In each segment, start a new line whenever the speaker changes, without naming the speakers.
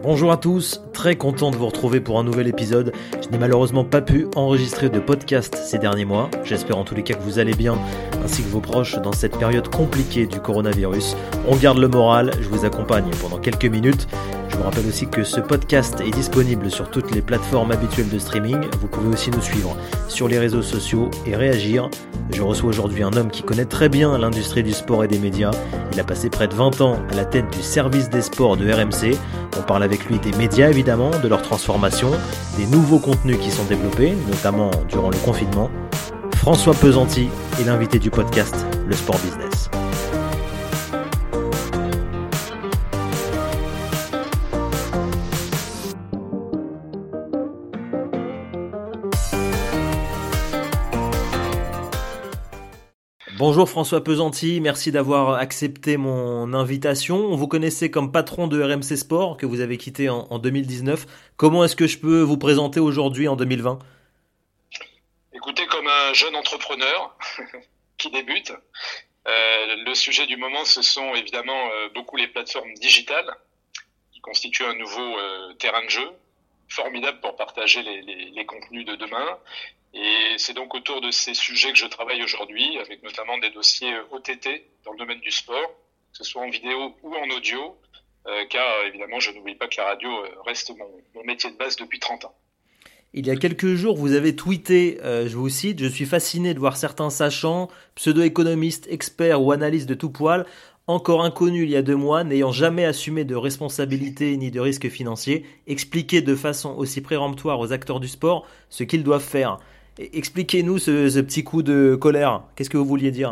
Bonjour à tous, très content de vous retrouver pour un nouvel épisode. Je n'ai malheureusement pas pu enregistrer de podcast ces derniers mois. J'espère en tous les cas que vous allez bien, ainsi que vos proches dans cette période compliquée du coronavirus. On garde le moral, je vous accompagne pendant quelques minutes. Je vous rappelle aussi que ce podcast est disponible sur toutes les plateformes habituelles de streaming. Vous pouvez aussi nous suivre sur les réseaux sociaux et réagir. Je reçois aujourd'hui un homme qui connaît très bien l'industrie du sport et des médias. Il a passé près de 20 ans à la tête du service des sports de RMC. On parle avec lui des médias évidemment, de leur transformation, des nouveaux contenus qui sont développés, notamment durant le confinement. François Pesanti est l'invité du podcast Le Sport Business. Bonjour François Pesanti, merci d'avoir accepté mon invitation. Vous connaissez comme patron de RMC Sport que vous avez quitté en 2019. Comment est-ce que je peux vous présenter aujourd'hui en 2020 ?
Écoutez, comme un jeune entrepreneur qui débute, le sujet du moment, ce sont évidemment beaucoup les plateformes digitales qui constituent un nouveau terrain de jeu formidable pour partager les contenus de demain. Et c'est donc autour de ces sujets que je travaille aujourd'hui, avec notamment des dossiers OTT dans le domaine du sport, que ce soit en vidéo ou en audio, car évidemment je n'oublie pas que la radio reste mon métier de base depuis 30 ans.
Il y a quelques jours, vous avez tweeté, je vous cite, « Je suis fasciné de voir certains sachants, pseudo-économistes, experts ou analystes de tout poil, encore inconnus il y a 2 mois, n'ayant jamais assumé de responsabilité ni de risque financier, expliquer de façon aussi péremptoire aux acteurs du sport ce qu'ils doivent faire. » Expliquez-nous ce petit coup de colère. Qu'est-ce que vous vouliez dire ?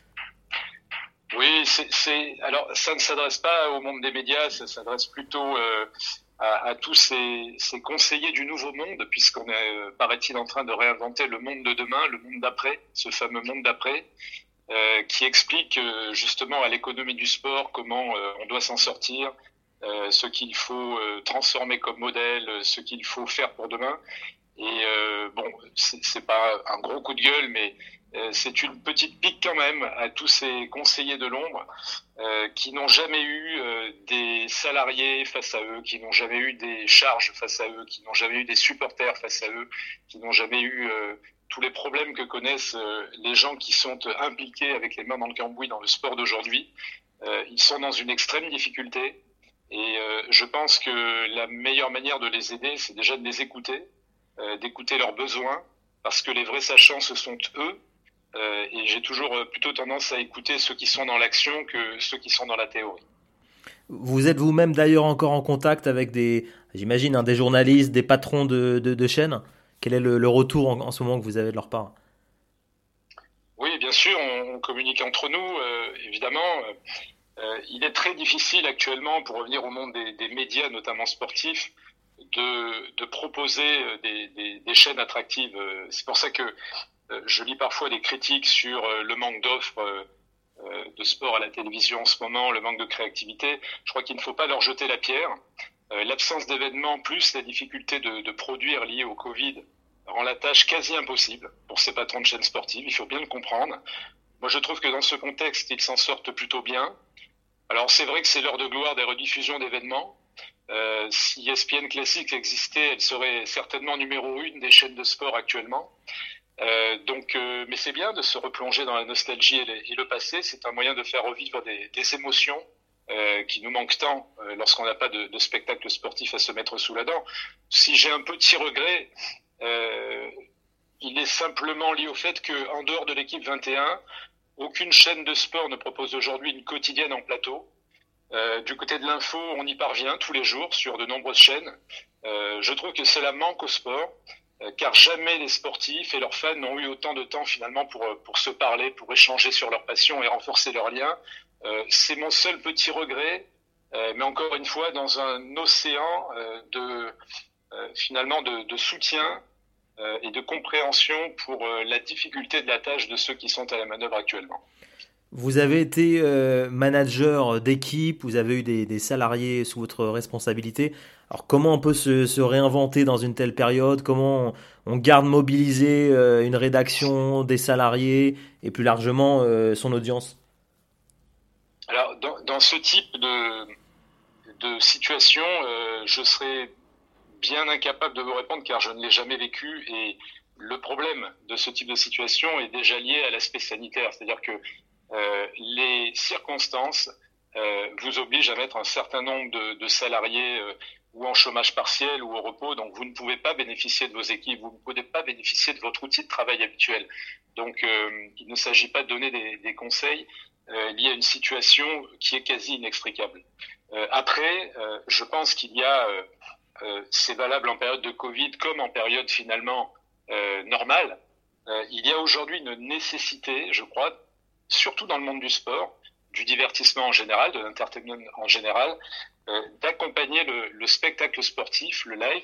Oui, alors ça ne s'adresse pas au monde des médias, ça s'adresse plutôt à tous ces conseillers du nouveau monde, puisqu'on est, paraît-il, en train de réinventer le monde de demain, le monde d'après, ce fameux monde d'après, qui explique justement à l'économie du sport comment on doit s'en sortir, ce qu'il faut transformer comme modèle, ce qu'il faut faire pour demain. Et c'est pas un gros coup de gueule, mais c'est une petite pique quand même à tous ces conseillers de l'ombre qui n'ont jamais eu des salariés face à eux, qui n'ont jamais eu des charges face à eux, qui n'ont jamais eu des supporters face à eux, qui n'ont jamais eu tous les problèmes que connaissent les gens qui sont impliqués avec les mains dans le cambouis dans le sport d'aujourd'hui. Ils sont dans une extrême difficulté et je pense que la meilleure manière de les aider, c'est déjà de les écouter, d'écouter leurs besoins, parce que les vrais sachants, ce sont eux. Et j'ai toujours plutôt tendance à écouter ceux qui sont dans l'action que ceux qui sont dans la théorie.
Vous êtes vous-même d'ailleurs encore en contact avec des journalistes, des patrons de chaînes. Quel est le retour en ce moment que vous avez de leur part ?
Oui, bien sûr, on communique entre nous, évidemment. Il est très difficile actuellement, pour revenir au monde des médias, notamment sportifs, de proposer des chaînes attractives. C'est pour ça que je lis parfois des critiques sur le manque d'offres de sport à la télévision en ce moment, le manque de créativité. Je crois qu'il ne faut pas leur jeter la pierre. L'absence d'événements plus la difficulté de produire liée au Covid rend la tâche quasi impossible pour ces patrons de chaînes sportives. Il faut bien le comprendre. Moi, je trouve que dans ce contexte, ils s'en sortent plutôt bien. Alors, c'est vrai que c'est l'heure de gloire des rediffusions d'événements. Si ESPN Classics existait, elle serait certainement numéro 1 des chaînes de sport actuellement. Mais c'est bien de se replonger dans la nostalgie et le passé. C'est un moyen de faire revivre des émotions qui nous manquent tant lorsqu'on n'a pas de spectacle sportif à se mettre sous la dent. Si j'ai un petit regret, il est simplement lié au fait qu'en dehors de l'équipe 21, aucune chaîne de sport ne propose aujourd'hui une quotidienne en plateau. Du côté de l'info, on y parvient tous les jours sur de nombreuses chaînes. Je trouve que cela manque au sport, car jamais les sportifs et leurs fans n'ont eu autant de temps finalement pour se parler, pour échanger sur leur passion et renforcer leurs liens. C'est mon seul petit regret, mais encore une fois, dans un océan de soutien et de compréhension pour la difficulté de la tâche de ceux qui sont à la manœuvre actuellement.
Vous avez été manager d'équipe, vous avez eu des salariés sous votre responsabilité. Alors comment on peut se réinventer dans une telle période ? Comment on garde mobilisée une rédaction, des salariés et plus largement son audience ?
Alors dans ce type de situation, je serais bien incapable de vous répondre car je ne l'ai jamais vécu et le problème de ce type de situation est déjà lié à l'aspect sanitaire, c'est-à-dire que les circonstances vous obligent à mettre un certain nombre de salariés ou en chômage partiel ou au repos, donc vous ne pouvez pas bénéficier de vos équipes, vous ne pouvez pas bénéficier de votre outil de travail habituel. Donc il ne s'agit pas de donner des conseils liés à une situation qui est quasi inextricable. Après, je pense qu'il y a, c'est valable en période de Covid comme en période finalement normale, il y a aujourd'hui une nécessité, je crois, surtout dans le monde du sport, du divertissement en général, de l'entertainment en général, d'accompagner le spectacle sportif, le live,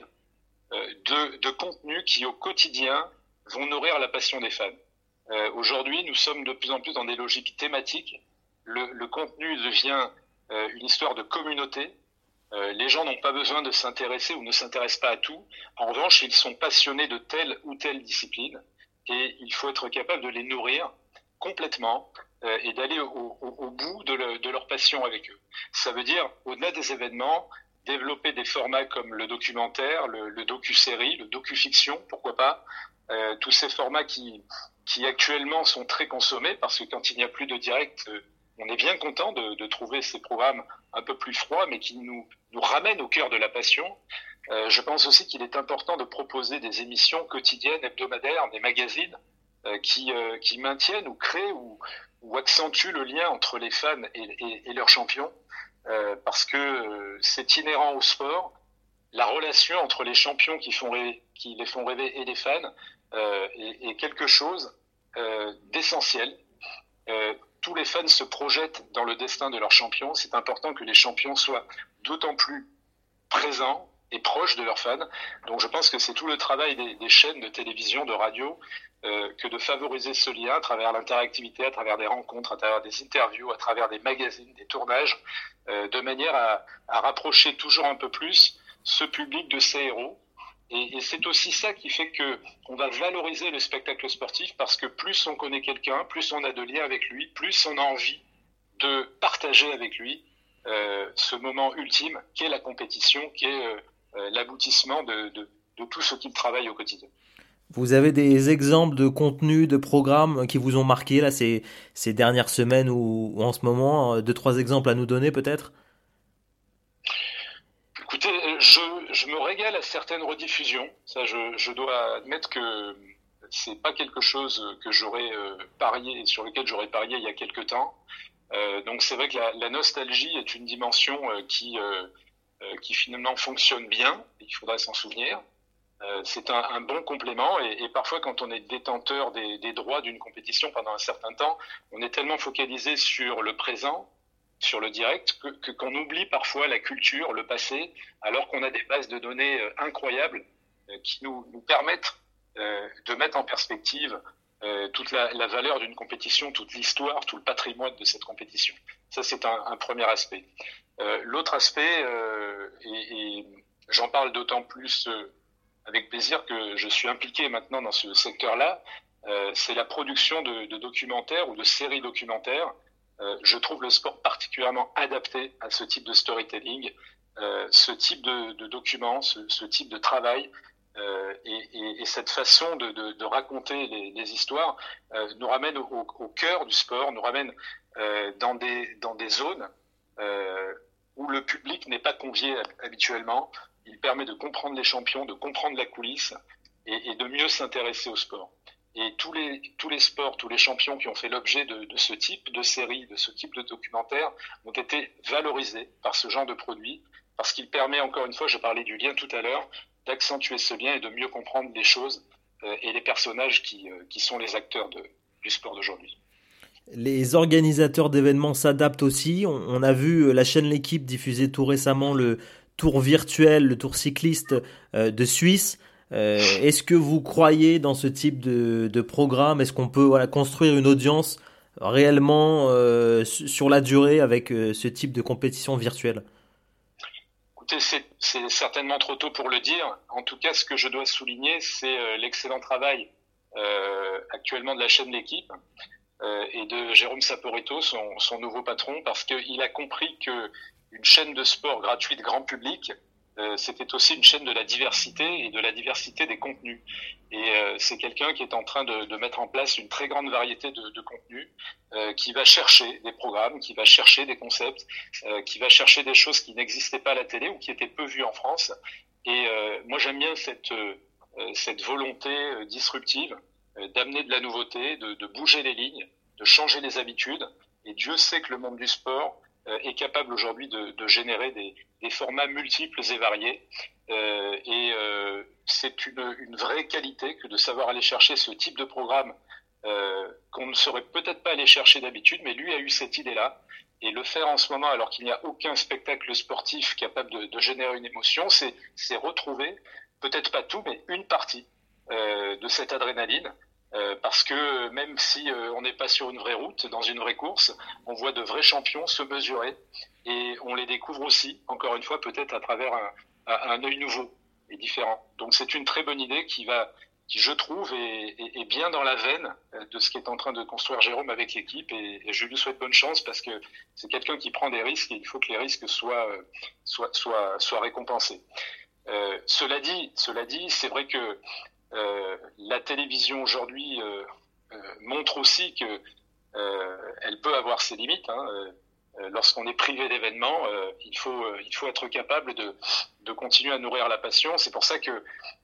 de contenus qui au quotidien vont nourrir la passion des fans. Aujourd'hui, nous sommes de plus en plus dans des logiques thématiques. Le contenu devient une histoire de communauté. Les gens n'ont pas besoin de s'intéresser ou ne s'intéressent pas à tout. En revanche, ils sont passionnés de telle ou telle discipline et il faut être capable de les nourrir complètement et d'aller au bout de leur passion avec eux. Ça veut dire, au-delà des événements, développer des formats comme le documentaire, le docu-série, le docu-fiction, pourquoi pas, tous ces formats qui actuellement sont très consommés parce que quand il n'y a plus de direct, on est bien content de trouver ces programmes un peu plus froids mais qui nous ramènent au cœur de la passion. Je pense aussi qu'il est important de proposer des émissions quotidiennes, hebdomadaires, des magazines qui maintiennent ou créent ou accentuent le lien entre les fans et leurs champions, parce que c'est inhérent au sport. La relation entre les champions qui les font rêver et les fans est quelque chose d'essentiel. Tous les fans se projettent dans le destin de leurs champions. C'est important que les champions soient d'autant plus présents et proches de leurs fans. Donc je pense que c'est tout le travail des chaînes de télévision, de radio, que de favoriser ce lien à travers l'interactivité, à travers des rencontres, à travers des interviews, à travers des magazines, des tournages, de manière à rapprocher toujours un peu plus ce public de ces héros. Et c'est aussi ça qui fait que on va valoriser le spectacle sportif parce que plus on connaît quelqu'un, plus on a de liens avec lui, plus on a envie de partager avec lui ce moment ultime qu'est la compétition, qui est l'aboutissement de tout ce qu'il travaille au quotidien.
Vous avez des exemples de contenus, de programmes qui vous ont marqué là ces dernières semaines ou en ce moment, 2-3 exemples à nous donner peut-être?
Écoutez, je me régale à certaines rediffusions. Ça, je dois admettre que c'est pas quelque chose que j'aurais parié, sur lequel j'aurais parié il y a quelque temps. Donc c'est vrai que la nostalgie est une dimension qui finalement fonctionne bien et qu'il faudrait s'en souvenir. C'est un bon complément et parfois quand on est détenteur des droits d'une compétition pendant un certain temps, on est tellement focalisé sur le présent, sur le direct, qu'on oublie parfois la culture, le passé, alors qu'on a des bases de données incroyables qui nous permettent de mettre en perspective toute la valeur d'une compétition, toute l'histoire, tout le patrimoine de cette compétition. Ça, c'est un premier aspect. L'autre aspect, et j'en parle d'autant plus avec plaisir que je suis impliqué maintenant dans ce secteur-là, c'est la production de documentaires ou de séries documentaires. Je trouve le sport particulièrement adapté à ce type de storytelling, ce type de documents, ce type de travail et cette façon de raconter les histoires nous ramène au cœur du sport, nous ramène dans des zones où le public n'est pas convié habituellement. Il permet de comprendre les champions, de comprendre la coulisse et de mieux s'intéresser au sport. Et tous les sports, tous les champions qui ont fait l'objet de ce type de série, de ce type de documentaire, ont été valorisés par ce genre de produit, parce qu'il permet, encore une fois, je parlais du lien tout à l'heure, d'accentuer ce lien et de mieux comprendre les choses et les personnages qui sont les acteurs du sport d'aujourd'hui.
Les organisateurs d'événements s'adaptent aussi. On a vu la chaîne L'Équipe diffuser tout récemment le tour virtuel, le tour cycliste de Suisse. Est-ce que vous croyez dans ce type de programme? Est-ce qu'on peut construire une audience réellement sur la durée avec ce type de compétition virtuelle?
Écoutez, c'est certainement trop tôt pour le dire. En tout cas, ce que je dois souligner, c'est l'excellent travail actuellement de la chaîne L'Équipe et de Jérôme Saporito, son nouveau patron, parce qu'il a compris que une chaîne de sport gratuite grand public, c'était aussi une chaîne de la diversité et de la diversité des contenus. Et c'est quelqu'un qui est en train de mettre en place une très grande variété de contenus, qui va chercher des programmes, qui va chercher des concepts, qui va chercher des choses qui n'existaient pas à la télé ou qui étaient peu vues en France. Et moi j'aime bien cette volonté disruptive, d'amener de la nouveauté, de bouger les lignes, de changer les habitudes. Et Dieu sait que le monde du sport est capable aujourd'hui de générer des formats multiples et variés. C'est une vraie qualité que de savoir aller chercher ce type de programme qu'on ne saurait peut-être pas aller chercher d'habitude, mais lui a eu cette idée-là. Et le faire en ce moment, alors qu'il n'y a aucun spectacle sportif capable de générer une émotion, c'est retrouver, peut-être pas tout, mais une partie de cette adrénaline. Parce que même si on n'est pas sur une vraie route, dans une vraie course, on voit de vrais champions se mesurer et on les découvre aussi, encore une fois, peut-être à travers un œil nouveau et différent. Donc c'est une très bonne idée qui je trouve, est bien dans la veine de ce qu'est en train de construire Jérôme avec l'équipe et je lui souhaite bonne chance parce que c'est quelqu'un qui prend des risques et il faut que les risques soient récompensés. Cela dit, c'est vrai que la télévision aujourd'hui montre aussi que elle peut avoir ses limites. Lorsqu'on est privé d'événements, il faut être capable de continuer à nourrir la passion. C'est pour ça que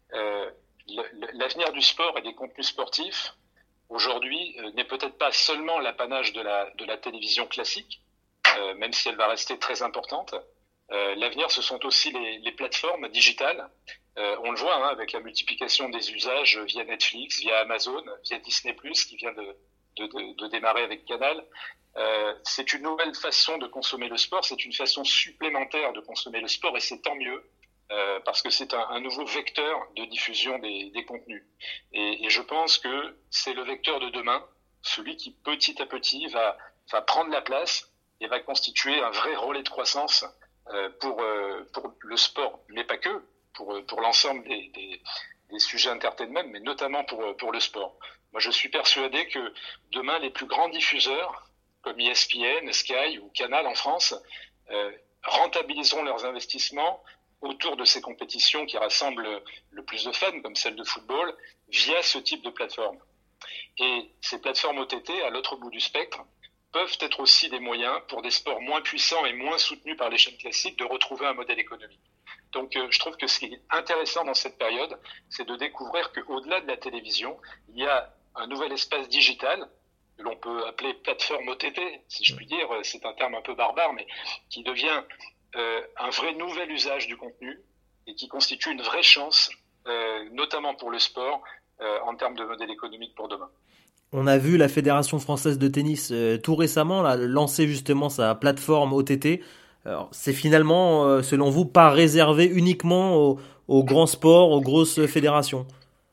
l'avenir du sport et des contenus sportifs aujourd'hui n'est peut-être pas seulement l'apanage de la télévision classique, même si elle va rester très importante. L'avenir, ce sont aussi les plateformes digitales. On le voit avec la multiplication des usages via Netflix, via Amazon, via Disney+, qui vient de démarrer avec Canal. C'est une nouvelle façon de consommer le sport, c'est une façon supplémentaire de consommer le sport et c'est tant mieux parce que c'est un nouveau vecteur de diffusion des contenus. Et je pense que c'est le vecteur de demain, celui qui petit à petit va prendre la place et va constituer un vrai relais de croissance pour le sport, mais pas que, pour l'ensemble des sujets entertainment, mais notamment pour le sport. Moi, je suis persuadé que demain, les plus grands diffuseurs, comme ESPN, Sky ou Canal en France, rentabiliseront leurs investissements autour de ces compétitions qui rassemblent le plus de fans, comme celle de football, via ce type de plateforme. Et ces plateformes OTT, à l'autre bout du spectre, peuvent être aussi des moyens pour des sports moins puissants et moins soutenus par les chaînes classiques de retrouver un modèle économique. Donc je trouve que ce qui est intéressant dans cette période, c'est de découvrir qu'au-delà de la télévision, il y a un nouvel espace digital que l'on peut appeler plateforme OTT, si je puis dire, c'est un terme un peu barbare, mais qui devient un vrai nouvel usage du contenu et qui constitue une vraie chance, notamment pour le sport, en termes de modèle économique pour demain.
On a vu la Fédération française de tennis tout récemment lancer justement sa plateforme OTT. Alors, c'est finalement, selon vous, pas réservé uniquement aux grands sports, aux grosses fédérations.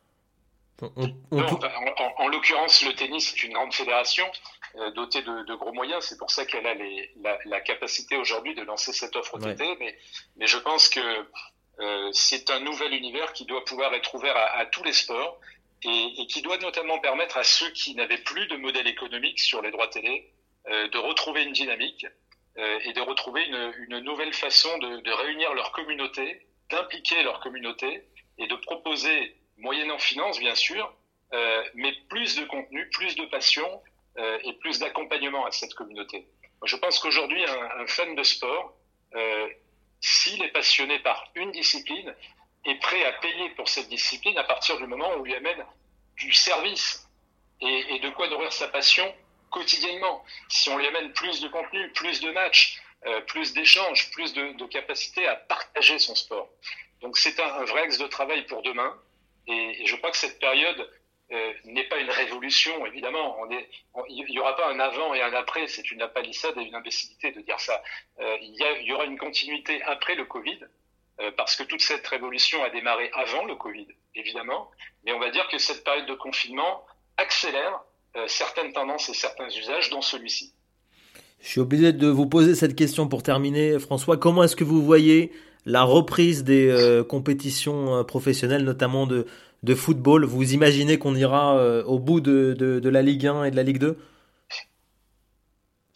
En l'occurrence, le tennis est une grande fédération dotée de gros moyens. C'est pour ça qu'elle a la capacité aujourd'hui de lancer cette offre OTT. Ouais. Mais je pense que c'est un nouvel univers qui doit pouvoir être ouvert à tous les sports et qui doit notamment permettre à ceux qui n'avaient plus de modèle économique sur les droits télé de retrouver une dynamique et de retrouver une nouvelle façon de réunir leur communauté, d'impliquer leur communauté et de proposer, moyennant finance bien sûr, mais plus de contenu, plus de passion et plus d'accompagnement à cette communauté. Moi, je pense qu'aujourd'hui, un fan de sport, s'il est passionné par une discipline, est prêt à payer pour cette discipline à partir du moment où on lui amène du service et de quoi nourrir sa passion quotidiennement. Si on lui amène plus de contenu, plus de matchs, plus d'échanges, plus de capacité à partager son sport. Donc c'est un vrai axe de travail pour demain et je crois que cette période n'est pas une révolution, évidemment. Il n'y aura pas un avant et un après, c'est une lapalissade et une imbécilité de dire ça. Il y aura une continuité après le Covid, parce que toute cette révolution a démarré avant le Covid, évidemment, mais on va dire que cette période de confinement accélère certaines tendances et certains usages, dont celui-ci.
Je suis obligé de vous poser cette question pour terminer, François. Comment est-ce que vous voyez la reprise des compétitions professionnelles, notamment de football? Vous imaginez qu'on ira au bout de la Ligue 1 et de la Ligue 2?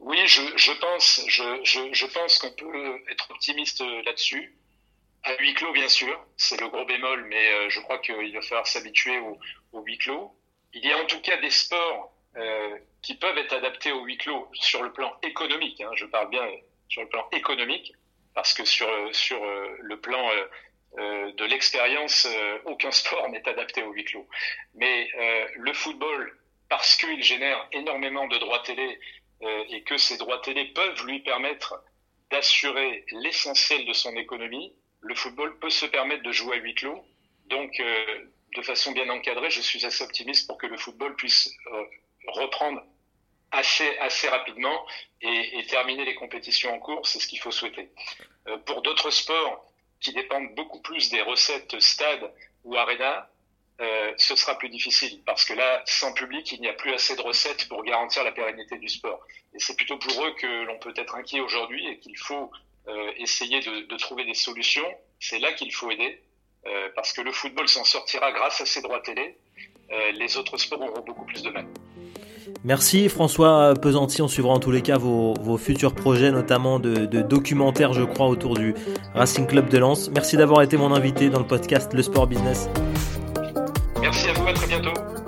Oui, je pense qu'on peut être optimiste là-dessus. À huis clos, bien sûr, c'est le gros bémol, mais je crois qu'il va falloir s'habituer au huis clos. Il y a en tout cas des sports qui peuvent être adaptés au huis clos sur le plan économique. Je parle bien sur le plan économique, parce que sur le plan de l'expérience, aucun sport n'est adapté au huis clos. Mais le football, parce qu'il génère énormément de droits télé et que ces droits télé peuvent lui permettre d'assurer l'essentiel de son économie, le football peut se permettre de jouer à huis clos. Donc, de façon bien encadrée, je suis assez optimiste pour que le football puisse reprendre assez rapidement et terminer les compétitions en cours. C'est ce qu'il faut souhaiter. Pour d'autres sports qui dépendent beaucoup plus des recettes stade ou arena, ce sera plus difficile parce que là, sans public, il n'y a plus assez de recettes pour garantir la pérennité du sport. Et c'est plutôt pour eux que l'on peut être inquiet aujourd'hui et qu'il faut essayer de trouver des solutions. C'est là qu'il faut aider parce que le football s'en sortira grâce à ses droits télé. Les autres sports auront beaucoup plus de mal.
Merci François Pesanti, on suivra en tous les cas vos futurs projets, notamment de documentaires, je crois, autour du Racing Club de Lens. Merci d'avoir été mon invité dans le podcast Le Sport Business.
Merci à vous, à très bientôt.